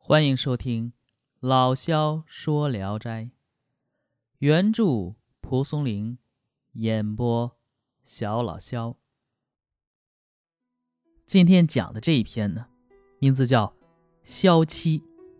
欢迎收听老萧说聊斋，原著蒲松龄，演播小老萧。今天讲的这一篇呢，名字叫萧妻。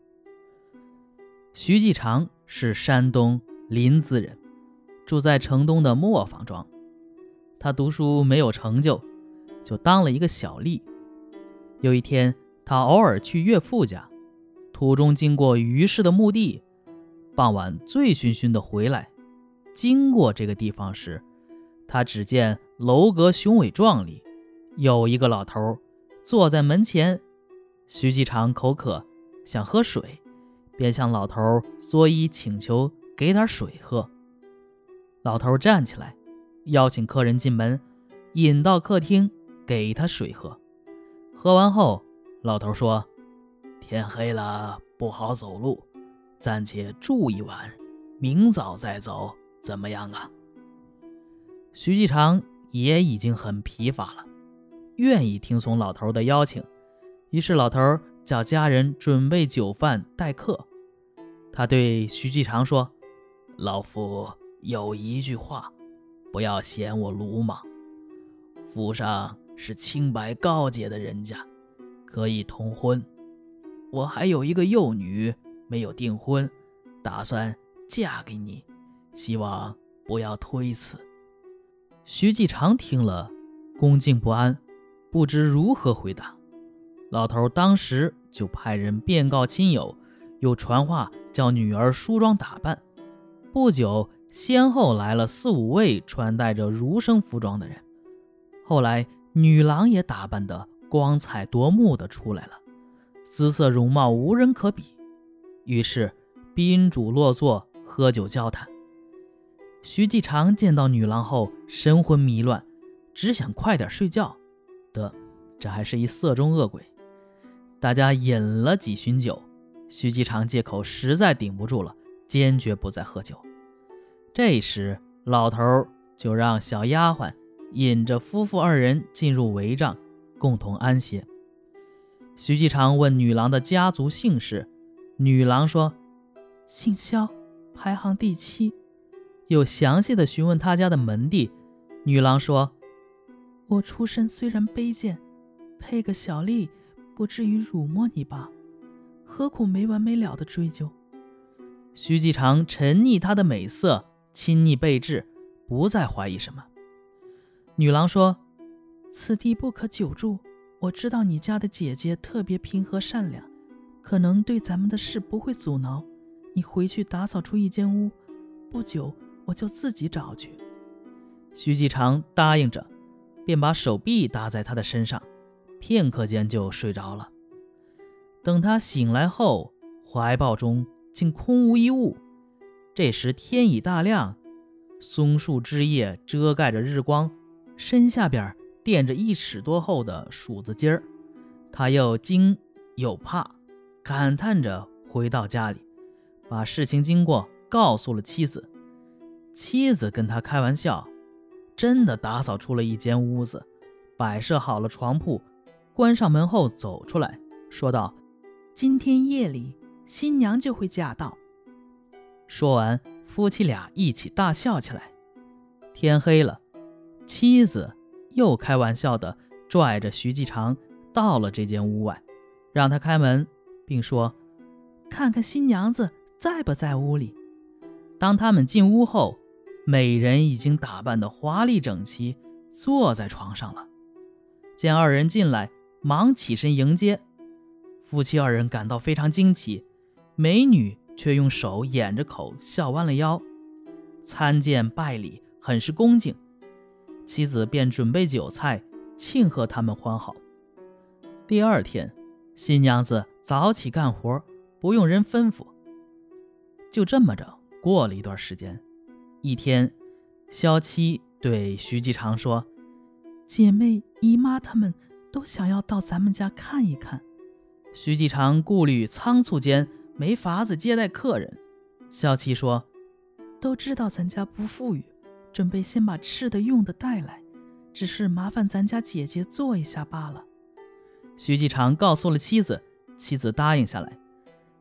徐继常是山东临淄人，住在城东的磨坊庄。他读书没有成就，就当了一个小吏。有一天，他偶尔去岳父家，途中经过于氏的墓地，傍晚醉醺醺的回来。经过这个地方时，他只见楼阁雄伟壮丽，有一个老头坐在门前。徐继常口渴，想喝水，便向老头作揖请求给点水喝。老头站起来，邀请客人进门，引到客厅给他水喝。喝完后，老头说：天黑了，不好走路，暂且住一晚，明早再走，怎么样啊？徐继常也已经很疲乏了，愿意听从老头的邀请。于是老头叫家人准备酒饭待客。他对徐继常说：老夫有一句话，不要嫌我鲁莽。府上是清白高洁的人家，可以通婚。我还有一个幼女没有订婚，打算嫁给你，希望不要推辞。徐继常听了，恭敬不安，不知如何回答。老头当时就派人便告亲友，又传话叫女儿梳妆打扮。不久，先后来了4、5位穿戴着儒生服装的人。后来女郎也打扮得光彩夺目的出来了，姿色容貌无人可比。于是宾主落座，喝酒交谈。徐继常见到女郎后神魂迷乱，只想快点睡觉。这还是一色中恶鬼。大家饮了几巡酒，徐继常借口实在顶不住了，坚决不再喝酒。这时老头就让小丫鬟引着夫妇2人进入帷帐，共同安歇。徐继常问女郎的家族姓氏，女郎说姓萧，排行第7。又详细的询问他家的门第。女郎说：我出身虽然卑贱，配个小吏不至于辱没你吧，何苦没完没了的追究？徐继常沉溺她的美色，亲昵备至，不再怀疑什么。女郎说：此地不可久住，我知道你家的姐姐特别平和善良，可能对咱们的事不会阻挠，你回去打扫出一间屋，不久我就自己找去。徐继常答应着，便把手臂搭在她的身上，片刻间就睡着了。等他醒来后，怀抱中竟空无一物。这时天已大亮，松树枝叶遮盖着日光，身下边垫着1尺多厚的薯子尖儿。他又惊又怕，感叹着回到家里，把事情经过告诉了妻子。妻子跟他开玩笑，真的打扫出了一间屋子，摆设好了床铺，关上门后走出来，说道：今天夜里新娘就会驾到。说完，夫妻俩一起大笑起来。天黑了，妻子又开玩笑地拽着徐继常到了这间屋外，让他开门，并说：看看新娘子在不在屋里。当他们进屋后，美人已经打扮得华丽整齐，坐在床上了。见2人进来，忙起身迎接。夫妻2人感到非常惊奇，美女却用手掩着口，笑弯了腰，参见拜礼，很是恭敬。妻子便准备酒菜，庆贺他们欢好。第2天，新娘子早起干活，不用人吩咐。就这么着过了一段时间，一天，萧妻对徐继常说：姐妹姨妈她们都想要到咱们家看一看。徐继常顾虑仓促间没法子接待客人。萧妻说：都知道咱家不富裕，准备先把吃的用的带来，只是麻烦咱家姐姐做一下罢了。徐继常告诉了妻子，妻子答应下来。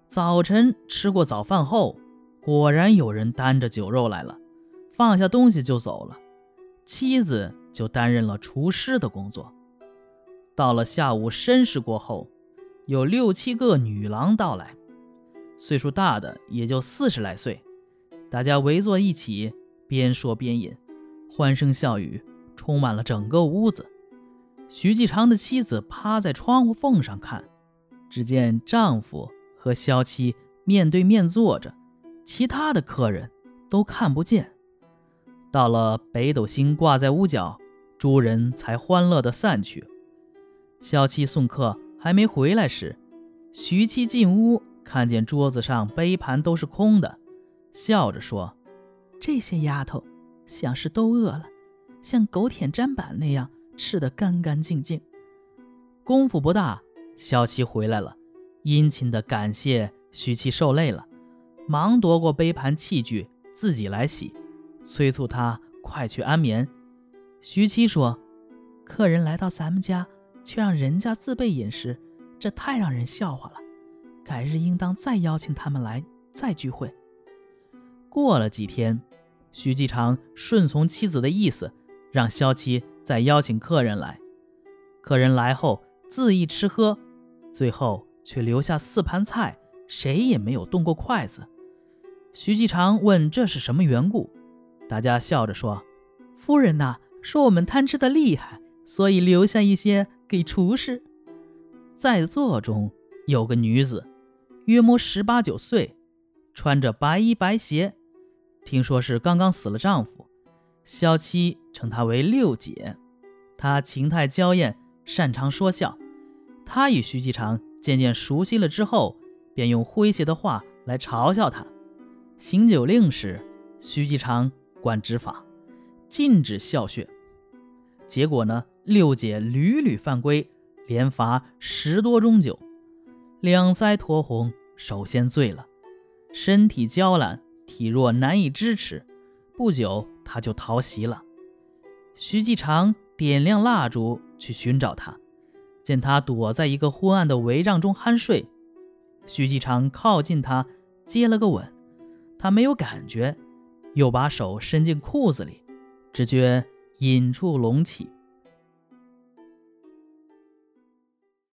早晨吃过早饭后，果然有人担着酒肉来了，放下东西就走了。妻子就担任了厨师的工作。到了下午申时过后，有6、7个女郎到来，岁数大的也就40来岁，大家围坐一起，边说边饮，欢声笑语充满了整个屋子。徐继常的妻子趴在窗户缝上看，只见丈夫和萧妻面对面坐着，其他的客人都看不见。到了北斗星挂在屋角，诸人才欢乐地散去。萧妻送客还没回来时，徐妻进屋，看见桌子上杯盘都是空的，笑着说：“这些丫头想是都饿了，像狗舔砧板那样吃得干干净净。”功夫不大，萧妻回来了，殷勤地感谢徐妻受累了，忙夺过杯盘器具自己来洗，催促他快去安眠。徐妻说：“客人来到咱们家，却让人家自备饮食，这太让人笑话了。改日应当再邀请他们来，再聚会。”过了几天，徐继常顺从妻子的意思，让萧妻再邀请客人来。客人来后恣意吃喝，最后却留下4盘菜，谁也没有动过筷子。徐继常问这是什么缘故，大家笑着说：“夫人呐，说我们贪吃的厉害，所以留下一些给厨师。”在座中有个女子，约摸18、19岁，穿着白衣白鞋，听说是刚刚死了丈夫。萧妻称她为六姐，她情态娇艳，擅长说笑。她与徐继常渐渐熟悉了之后，便用诙谐的话来嘲笑她。行酒令时，徐继常管执法，禁止笑谑。结果呢，六姐屡屡犯规，连罚10多盅酒，两腮酡红，首先醉了，身体娇懒，体弱难以支持。不久他就逃袭了。徐继常点亮蜡烛去寻找他，见他躲在一个昏暗的帷帐中酣睡。徐继常靠近他，接了个吻，他没有感觉，又把手伸进裤子里，只觉隐处隆起。